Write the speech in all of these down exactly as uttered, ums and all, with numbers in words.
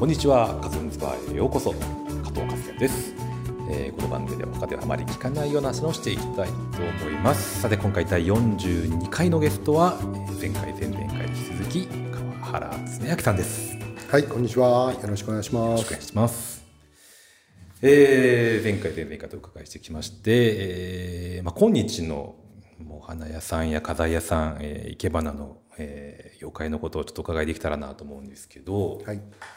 こんにちは、カズンズバーへようこそ。加藤和也です。えー、この番組では他ではあまり聞かないような話をしていきたいと思います。さて、今回だいよんじゅうにかいのゲストは前回前々回に引き続き川原恒明さんです。 はい、こんにちは、よろしくお願いします。 よろしくお願いします。えー、前回前々回とお伺いしてきまして、えーまあ、今日のお花屋さんや花材屋さん、えー、生け花の、えー、妖怪のことをちょっとお伺いできたらなと思うんですけど、 はい、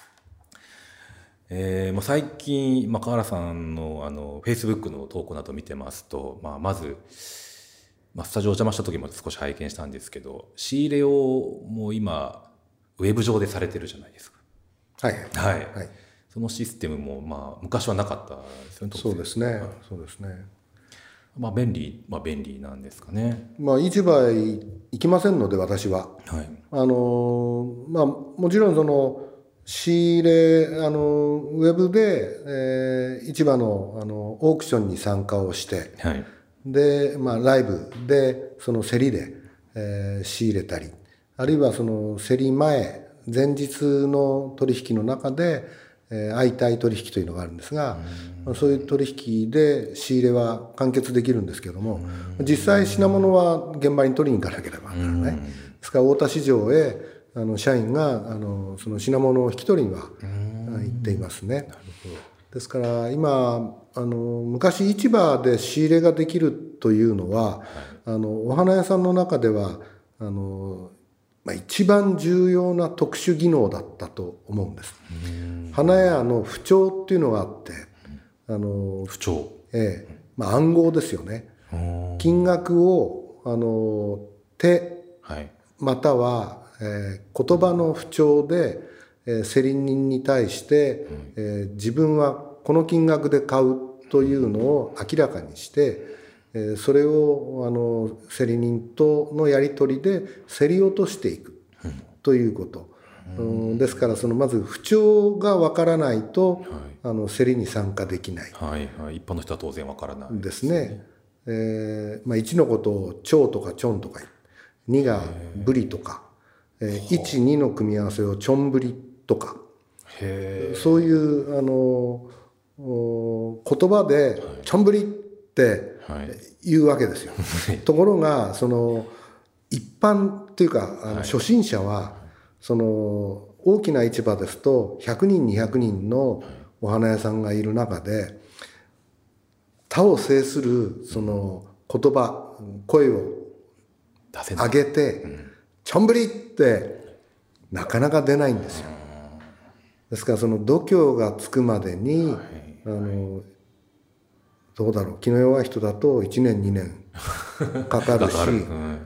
えーまあ、最近、まあ、川原さんのあの Facebook の投稿などを見てますと、まあ、まず、まあ、スタジオお邪魔した時も少し拝見したんですけど、仕入れをもう今ウェブ上でされてるじゃないですか。 はいはい、 はい、 そのシステムも、まあ、昔はなかったですよね。 そうですね、 はい、 そうですね。 まあ、便利、まあ、便利なんですかね。 まあ、市場へ行きませんので、私は。 はい、 あのまあ、もちろんその仕入れ、あのウェブで、えー、市場の、あのオークションに参加をして、 はい、 で、まあ、ライブでその競りで、えー、仕入れたり、あるいはその競り前前日の取引の中で、えー、相対取引というのがあるんですが、そういう取引で仕入れは完結できるんですけども、実際品物は現場に取りに行かなければならない。ですから大田市場へあの社員があのその品物を引き取りには行っていますね。ですから今あの昔市場で仕入れができるというのは、はい、あのお花屋さんの中ではあの、まあ、一番重要な特殊技能だったと思うんです。花屋の不調っていうのがあって、あの不調、 ええまあ、暗号ですよね。金額をあの手、はい、または、えー、言葉の不調で、えー、競り人に対して、うんえー、自分はこの金額で買うというのを明らかにして、えー、それをあの競り人とのやり取りで競り落としていくということ、うん、ですからそのまず不調がわからないと、はい、あの競りに参加できない、 はいはい、一般の人は当然わからないですね。えーまあ、いちのことを蝶とかチョンとかにがブリとか、えー、いち、にの組み合わせをチョンブリとか、へそういうあの言葉でチョンブリって言うわけですよ。はい、ところがその一般っていうかあの初心者はその大きな市場ですとひゃくにんにひゃくにんのお花屋さんがいる中で他を制するその言葉声を上げてチョンブリってなかなか出ないんですよ。ですからその度胸がつくまでに、はい、あのどうだろう気の弱い人だといちねんにねんかかるしうん、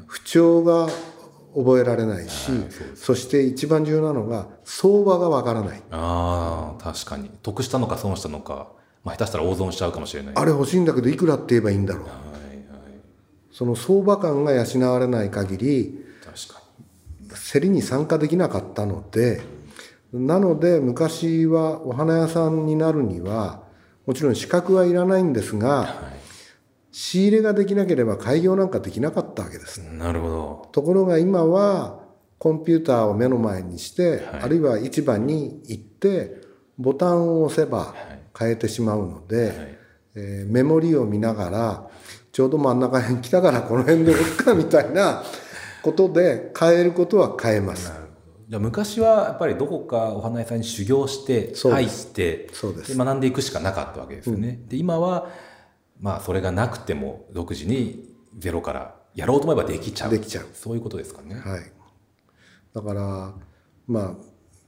不調が覚えられないし、そして一番重要なのが相場がわからない。 ああ確かに得したのか損したのか、まあ、下手したら大損しちゃうかもしれない。 あれ欲しいんだけどいくらって言えばいいんだろう、はいはい、その相場感が養われない限り確かに競りに参加できなかったので、なので昔はお花屋さんになるにはもちろん資格はいらないんですが、はい、仕入れができなければ開業なんかできなかったわけです。 なるほど。 ところが今はコンピューターを目の前にして、はい、あるいは市場に行ってボタンを押せば変えてしまうので、はいえー、メモリを見ながらちょうど真ん中辺来たからこの辺で売るかみたいなことで変えることは変えます。 じゃあ昔はやっぱりどこかお花屋さんに修行して入ってそうですで学んでいくしかなかったわけですよね。うん、で今はまあそれがなくても独自にゼロからやろうと思えばできちゃう。 できちゃう。 そういうことですかね。 はい。だからまあ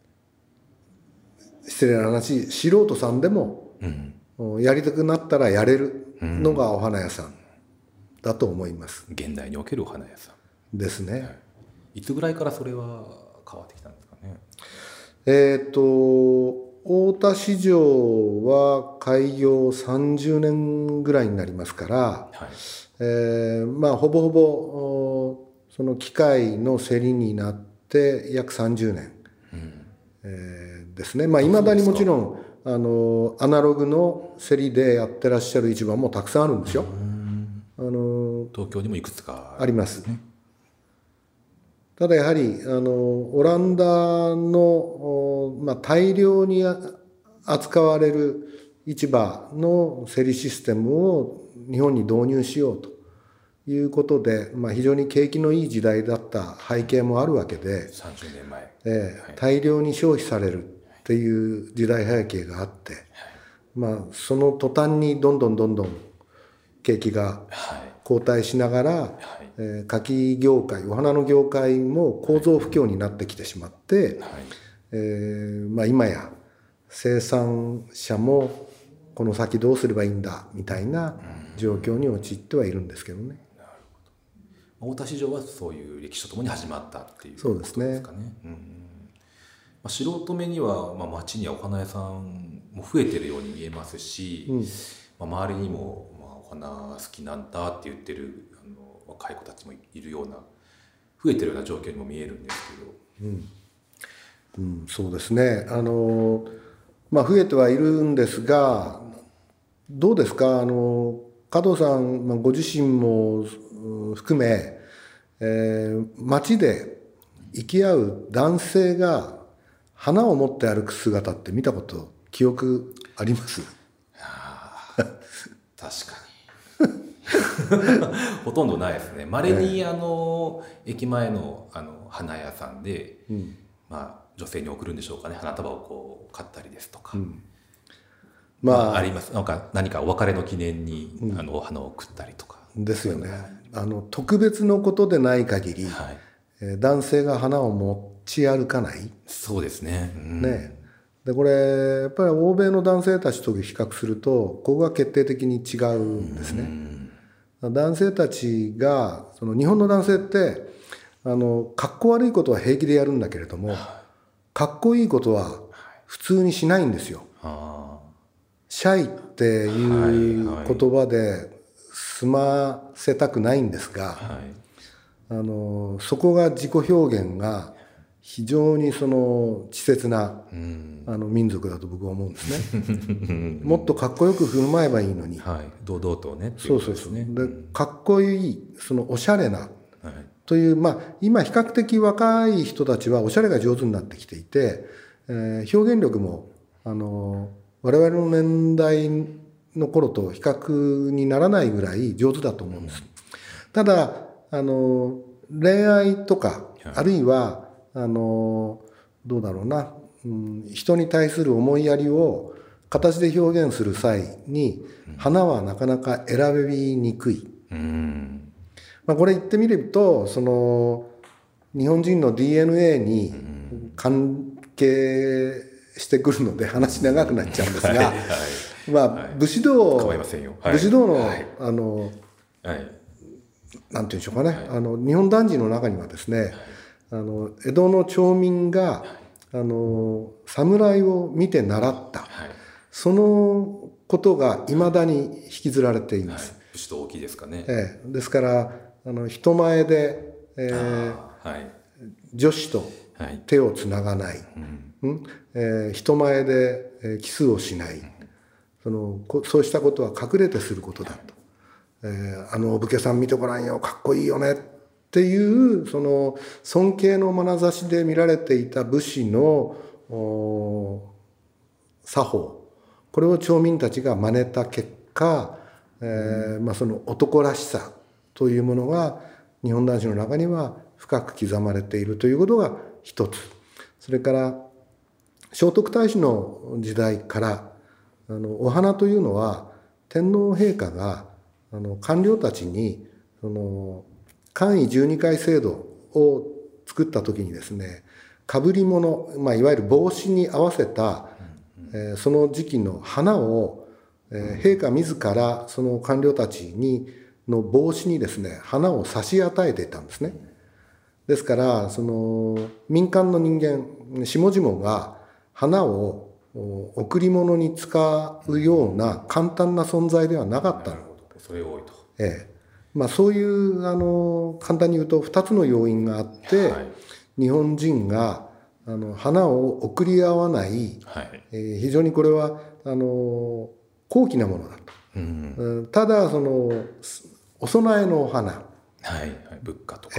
失礼な話素人さんでも、うん、やりたくなったらやれるのがお花屋さんだと思います。 うん、現代におけるお花屋さんですね。はい、 いつぐらいからそれは変わってきたんですかね。 えっと大田市場は開業さんじゅうねんぐらいになりますから、はいえー、まあほぼほぼその機械の競りになって約さんじゅうねん、うんえー、ですね。まあいまだにもちろんあのアナログの競りでやってらっしゃる市場もたくさんあるんですよ。 あの東京にもいくつかあります。 ただやはりあのオランダの、まあ、大量に扱われる市場の競りシステムを日本に導入しようということで、まあ、非常に景気のいい時代だった背景もあるわけで、 さんじゅうねんまえ、 えーはい、大量に消費されるっていう時代背景があって、はい、まあ、その途端にどんどんどんどん景気が後退しながら、はい、えー、柿業界、お花の業界も構造不況になってきてしまって、はい、えーまあ、今や生産者もこの先どうすればいいんだみたいな状況に陥ってはいるんですけどね。 なるほど。大田市場はそういう歴史とともに始まったっていうことですかね。そうですね。うん、まあ、素人目には、まあ、街にはお花屋さんも増えてるように見えますし、うん、まあ、周りにも、まあ、お花好きなんだって言ってるあの若い子たちもいるような、増えてるような状況にも見えるんですけど。 うんうん、そうですね。あのまあ、増えてはいるんですが、どうですか、あの加藤さん、まあ、ご自身も含め、えー、街で行き合う男性が花を持って歩く姿って見たこと記憶あります？ あ、確かにほとんどないですね。まれにあの、えー、駅前のあの花屋さんで、うん、まあ、女性に送るんでしょうかね、花束をこう買ったりですとか、うん、まあ、まあ、あります。なんか何かお別れの記念に、うん、あのお花を送ったりとかですよね。あの特別のことでない限り、はい、えー、男性が花を持ち歩かない。 そうですね。うん、 ね。でこれやっぱり欧米の男性たちと比較するとここが決定的に違うんですね。うん、男性たちがその日本の男性ってあのかっこ悪いことは平気でやるんだけれども、はい、かっこいいことは普通にしないんですよ。はい、シャイっていう言葉で済ませたくないんですが、はい、あのそこが自己表現が非常にその稚拙な、うん、あの民族だと僕は思うんですね。もっとかっこよく振る舞えばいいのに、 はい、堂々とね。 そうそうそう。で、かっこいいそのおしゃれな、はい、という、まあ今比較的若い人たちはおしゃれが上手になってきていて、えー、表現力もあの我々の年代の頃と比較にならないぐらい上手だと思うんです。うん、ただあの恋愛とか、はい、あるいはあのどうだろうな、うん、人に対する思いやりを形で表現する際に、うん、花はなかなか選びにくい。うん、まあ、これ言ってみるとその日本人の ディーエヌエー に関係してくるので話長くなっちゃうんですが、はいはい、まあ、はい、武士道、 構いませんよ、はい、 武士道の、はい、あの、はい、なんていうんでしょうかね、はい、あの日本男児の中にはですね、はい、あの江戸の町民が、はい、あの侍を見て習った、はい、そのことがいまだに引きずられています。 はい、武士道大きいですかね。 ええ、ですからあの人前で、えーはい、女子と手をつながない、はい、うん、えー、人前で、えー、キスをしない、うん、そのそうしたことは隠れてすることだと、えー、あのお武家さん見てごらんよ、かっこいいよねっていうその尊敬の眼差しで見られていた武士の作法、これを町民たちが真似た結果、えーまあ、その男らしさというものが日本男子の中には深く刻まれているということが一つ。それから聖徳太子の時代からあのお花というのは天皇陛下があの官僚たちにその官位じゅうにかい制度を作った時にですね、かぶり物、まあ、いわゆる帽子に合わせた、えー、その時期の花を、えー、陛下自らその官僚たちにの帽子にですね花を差し与えていたんですね。ですからその民間の人間下々が花を贈り物に使うような簡単な存在ではなかったの。 それ多いと。 ええ、まあ、そういうあの簡単に言うとふたつの要因があって、はい、日本人があの花を贈り合わない、はい、えー、非常にこれはあの高貴なものだと、うん、ただそのお供えのお花、 はいはい、仏花とか、え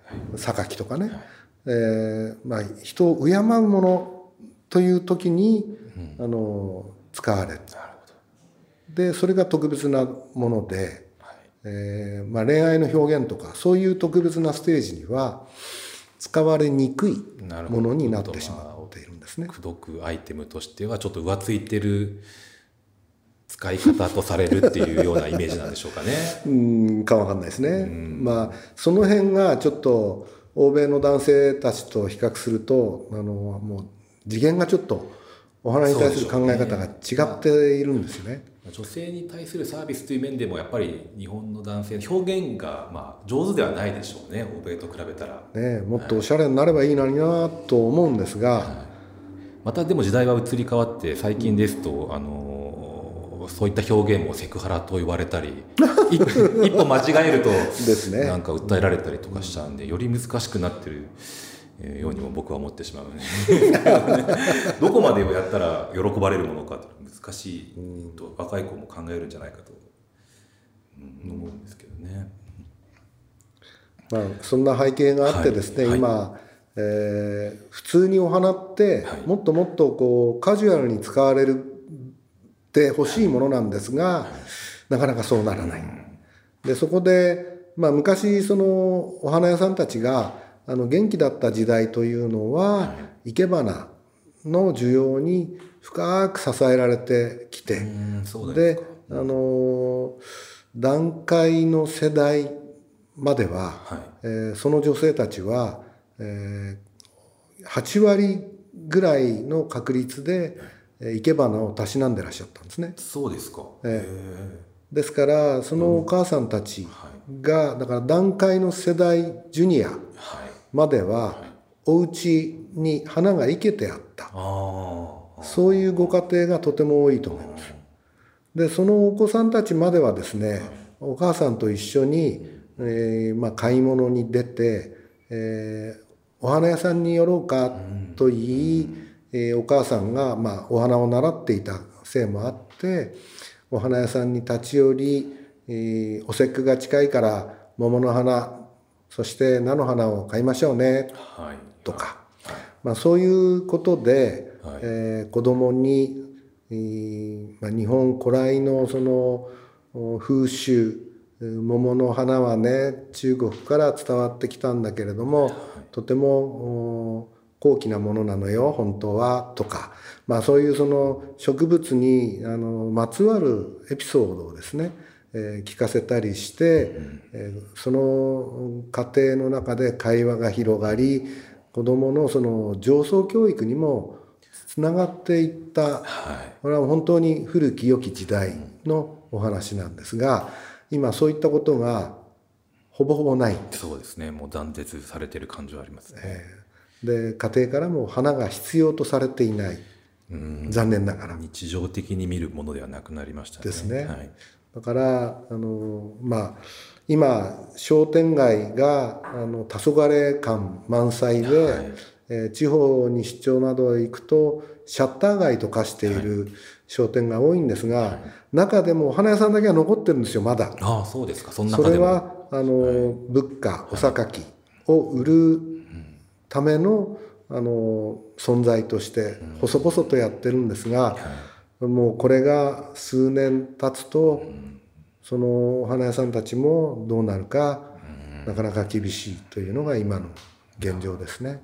榊とかね、はい、えーまあ、人を敬うものという時に、うん、あの使われる。なるほど。でそれが特別なもので、はい、えーまあ、恋愛の表現とかそういう特別なステージには使われにくいものになってしまっているんですね。 口説くアイテムとしてはちょっと浮ついてる使い方とされるっていうようなイメージなんでしょうかね。 うんかわかんないですね。うんまあその辺がちょっと欧米の男性たちと比較するとあのもう次元がちょっとお花に対する考え方が違っているんですよね。 女性に対するサービスという面でもやっぱり日本の男性の表現がまあ上手ではないでしょうね、欧米と比べたら、 ね、もっとおしゃれになればいいのになと思うんですが、はい、 またでも時代は移り変わって最近ですと、うん、あのそういった表現もセクハラと言われたり一歩間違えるとなんか訴えられたりとかしちゃうんで、より難しくなってるようにも僕は思ってしまうねどこまでをやったら喜ばれるものかって難しいと若い子も考えるんじゃないかと思うんですけどね。 まあ、そんな背景があってですね、はい、今、はいえー、普通にお花って、はい、もっともっとこうカジュアルに使われるって欲しいものなんですが、はい、なかなかそうならない。でそこで、まあ、昔そのお花屋さんたちがあの元気だった時代というのは、はい、生け花の需要に深く支えられてきて、であの団塊の世代までは、はいえー、その女性たちは、えー、はちわりぐらいの確率で生け花をたしなんでらっしゃったんですね。 そうですか。 えー、ですからそのお母さんたちが、うん、だから団塊の世代ジュニアまではお家に花が生けてあった、そういうご家庭がとても多いと思います。でそのお子さんたちまではですね、お母さんと一緒に、えーまあ、買い物に出て、えー、お花屋さんに寄ろうかと言い、えー、お母さんが、まあ、お花を習っていたせいもあってお花屋さんに立ち寄り、えー、お節句が近いから桃の花そして菜の花を買いましょうね、はい、とか、はいまあ、そういうことで、はいえー、子供に、えーまあ、日本古来のその風習桃の花はね中国から伝わってきたんだけれども、はい、とても高貴なものなのよ本当はとか、まあ、そういうその植物にあのまつわるエピソードをですねえー、聞かせたりして、うんえー、その過程の中で会話が広がり子どものその情操教育にもつながっていった、はい、これは本当に古き良き時代のお話なんですが今そういったことがほぼほぼない。 そうですねもう断絶されている感じはありますね、えー、で家庭からも花が必要とされていない、うん、残念ながら日常的に見るものではなくなりましたね。 ですね、はいだからあの、まあ、今商店街があの黄昏感満載で、はいえー、地方に出張などへ行くとシャッター街と化している商店が多いんですが、はい、中でもお花屋さんだけは残ってるんですよまだ。 ああそうですか。そんなそれはあの、はい、仏花お榊を売るための、あの存在として細々とやってるんですが、はいもうこれが数年経つと、うん、そのお花屋さんたちもどうなるか、うん、なかなか厳しいというのが今の現状ですね。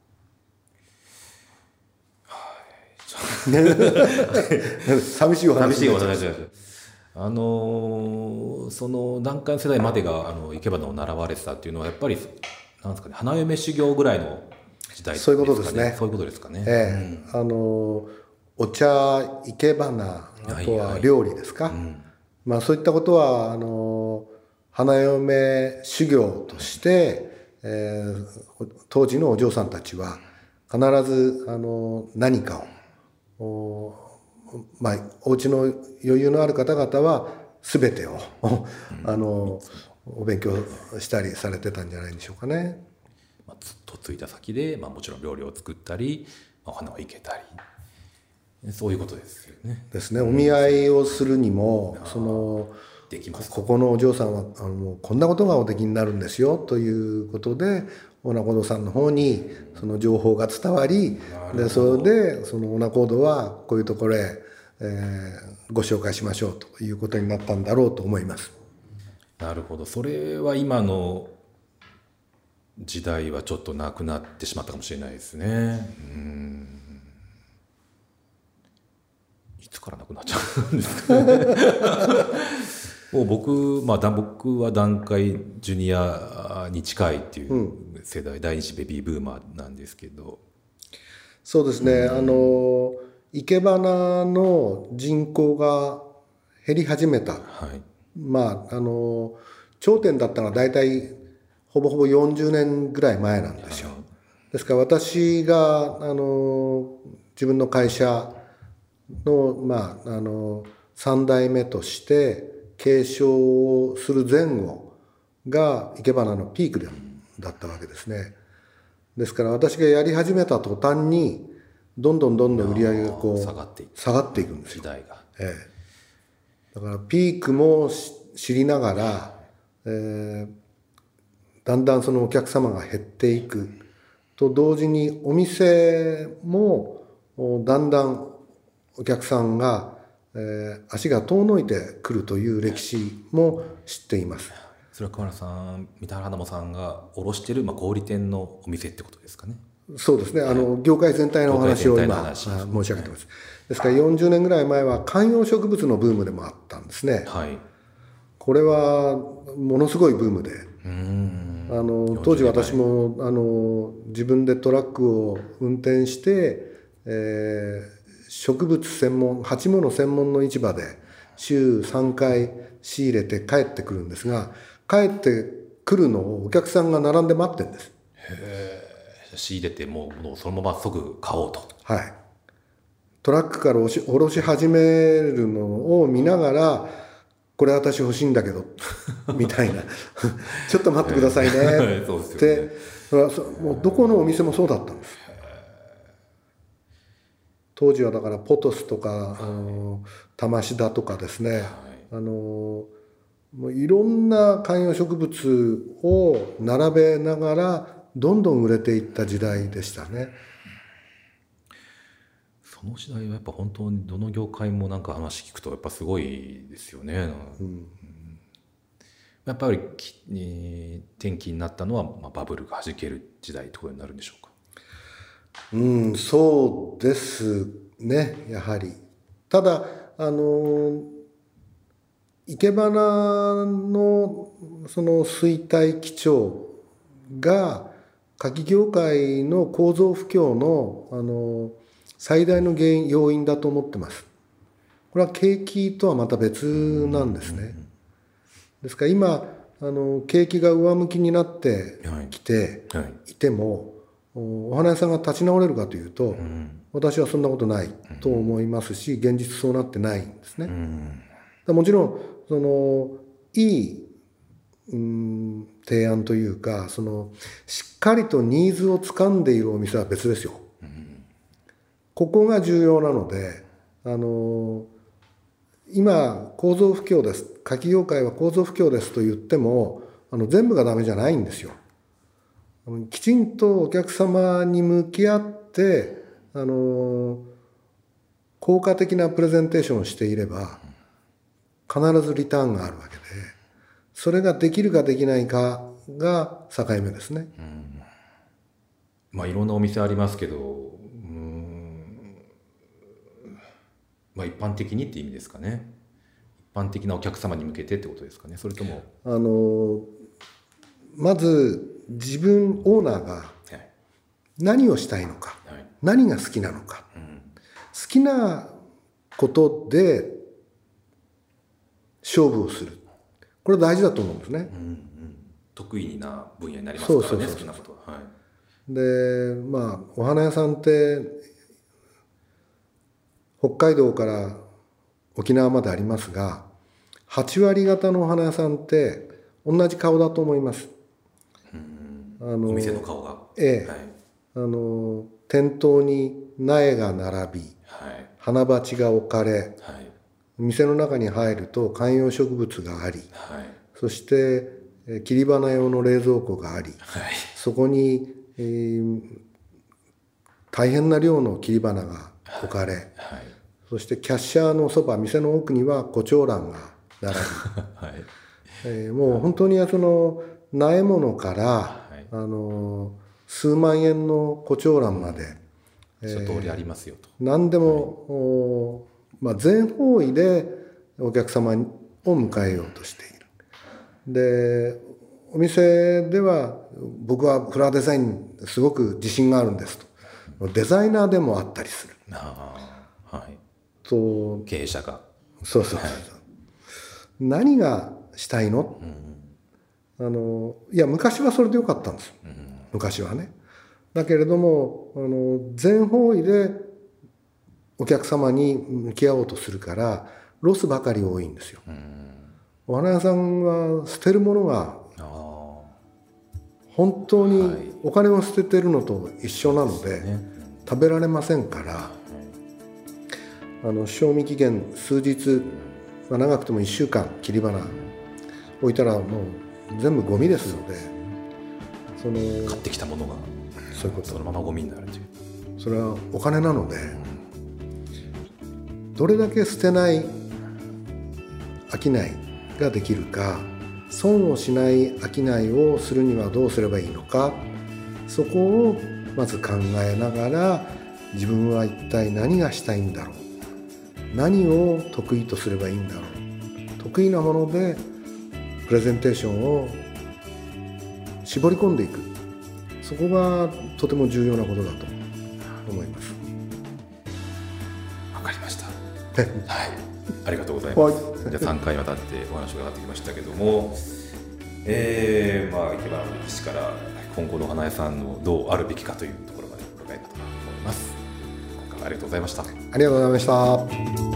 寂しいお話です。寂しいお話です。 あのその団塊世代までがあの生け花を習われてたっていうのはやっぱりなんですかね花嫁修行ぐらいの時代ですかね。 そういうことですね。 そういうことですかね。 ええ、うん、あのお茶生け花あとは料理ですか、はいはいうんまあ、そういったことはあの花嫁修行として、えー、当時のお嬢さんたちは必ずあの何かを お,、まあ、お家の余裕のある方々は全てをあのお勉強したりされてたんじゃないでしょうかね。 まあ、ずっとついた先で、まあ、もちろん料理を作ったり、まあ、お花を生けたりそういうことですよね。 ですね。お見合いをするにも、そのできます。 ここのお嬢さんはあのもうこんなことがおできになるんですよということでオナコードさんの方にその情報が伝わり、でそれでそのオナコードはこういうところへ、えー、ご紹介しましょうということになったんだろうと思います。 なるほど。それは今の時代はちょっとなくなってしまったかもしれないですね。うん、いつからなくなっちゃうんですかね。もう僕、まあ、僕は団塊ジュニアに近いっていう世代、うん、第二次ベビーブーマーなんですけど。 そうですね、うん、あの生け花の人口が減り始めた、はい、まああの頂点だったのは大体ほぼほぼよんじゅうねんぐらい前なんですよ。ですから私があの自分の会社の、まあ、あのさん代目として継承をする前後が生け花のピークでだったわけですね。ですから私がやり始めた途端にどんどんどんどん売り上げがこう下がっていく、下がっていくんですよ。時代が、ええ、だからピークも知りながら、えー、だんだんそのお客様が減っていくと同時にお店もだんだんお客さんが、えー、足が遠のいてくるという歴史も知っています。 それは熊原さん、三田原花もさんが卸している、まあ、小売店のお店ってことですかね。 そうですね、あの業界全体のお話を今申し上げてます。ですからよんじゅうねんぐらい前は観葉植物のブームでもあったんですね。はい、これはものすごいブームで、うんあの当時私もあの自分でトラックを運転して、えー、植物専門鉢物専門の市場で週さんかい仕入れて帰ってくるんですが、帰ってくるのをお客さんが並んで待ってるんです。 へー、仕入れてもうそのまま即買おうと。 はい、トラックから下ろし始めるのを見ながら、これ私欲しいんだけどみたいなちょっと待ってくださいねって、もうどこのお店もそうだったんです。当時はだからポトスとか、あの玉シダとかですね、あのもういろんな観葉植物を並べながらどんどん売れていった時代でしたね。 その時代はやっぱ本当にどの業界もなんか話聞くとやっぱすごいですよね。うん、やっぱり転機になったのは、まあ、バブルが弾ける時代ってことになるんでしょうか。 うん、そうですね、やはり。ただあの生け花のその衰退基調が柿業界の構造不況のあの最大の原因要因だと思ってます。これは景気とはまた別なんですね。ですから今あの景気が上向きになってきていても、お花屋さんが立ち直れるかというと、私はそんなことないと思いますし、現実そうなってないんですね。もちろんそのいい、うん、提案というか、そのしっかりとニーズをつかんでいるお店は別ですよ。ここが重要なので、あの今構造不況です、柿業界は構造不況ですと言ってもあの全部がダメじゃないんですよ。きちんとお客様に向き合ってあの効果的なプレゼンテーションをしていれば必ずリターンがあるわけで、それができるかできないかが境目ですね。うん、 まあいろんなお店ありますけど、うーん、まあ一般的にって意味ですかね。一般的なお客様に向けてってことですかね。それともあのまず自分オーナーが何をしたいのか、はい、何が好きなのか、うん、好きなことで勝負をする、これ大事だと思うんですね。うんうん、 得意な分野になりますからね、好きなことは。はい、 でまあお花屋さんって北海道から沖縄までありますが、はち割方のお花屋さんって同じ顔だと思います。 あのお店の顔が、 ええ、はい、あの店頭に苗が並び、はい、花鉢が置かれ、はい、 店の中に入ると観葉植物があり、 はい、 そして切り花用の冷蔵庫があり、 はい、 そこに、えー、大変な量の切り花が置かれ、はいはい、そしてキャッシャーのそば、店の奥には胡蝶蘭が並び、はい、えー、もう本当にその苗物から、はい、あの数万円の胡蝶蘭まで、 うん、一通りありますよと。 何でも、はい、まあ、全方位でお客様を迎えようとしている。で、お店では僕はフラワーデザインすごく自信があるんですと。デザイナーでもあったりする。 あ、はい、 と経営者が。 そうそうそう、はい、何がしたいの、うん、あのいや昔はそれでよかったんです、うん、昔はね。だけれどもあの全方位でお客様に向き合おうとするからロスばかり多いんですよ。うん、お花屋さんは捨てるものが本当にお金を捨ててるのと一緒なので、はい、食べられませんから、はい、あの賞味期限数日、まあ、長くてもいっしゅうかん切り花置いたらもう全部ゴミですので、 その買ってきたものがそういうこと、 そのままゴミになるという、 それはお金なので、どれだけ捨てない商いができるか、損をしない商いをするにはどうすればいいのか、そこをまず考えながら、自分は一体何がしたいんだろう、何を得意とすればいいんだろう、得意なものでプレゼンテーションを絞り込んでいく、そこがとても重要なことだと思います。 わかりましたはい、ありがとうございます。 はい、 じゃあさんかいにわたってお話が上がってきましたけども、えー、まあ生け花の歴史から今後のお花屋さんのどうあるべきかというところまで伺えたと思います。今回はありがとうございました。 ありがとうございました。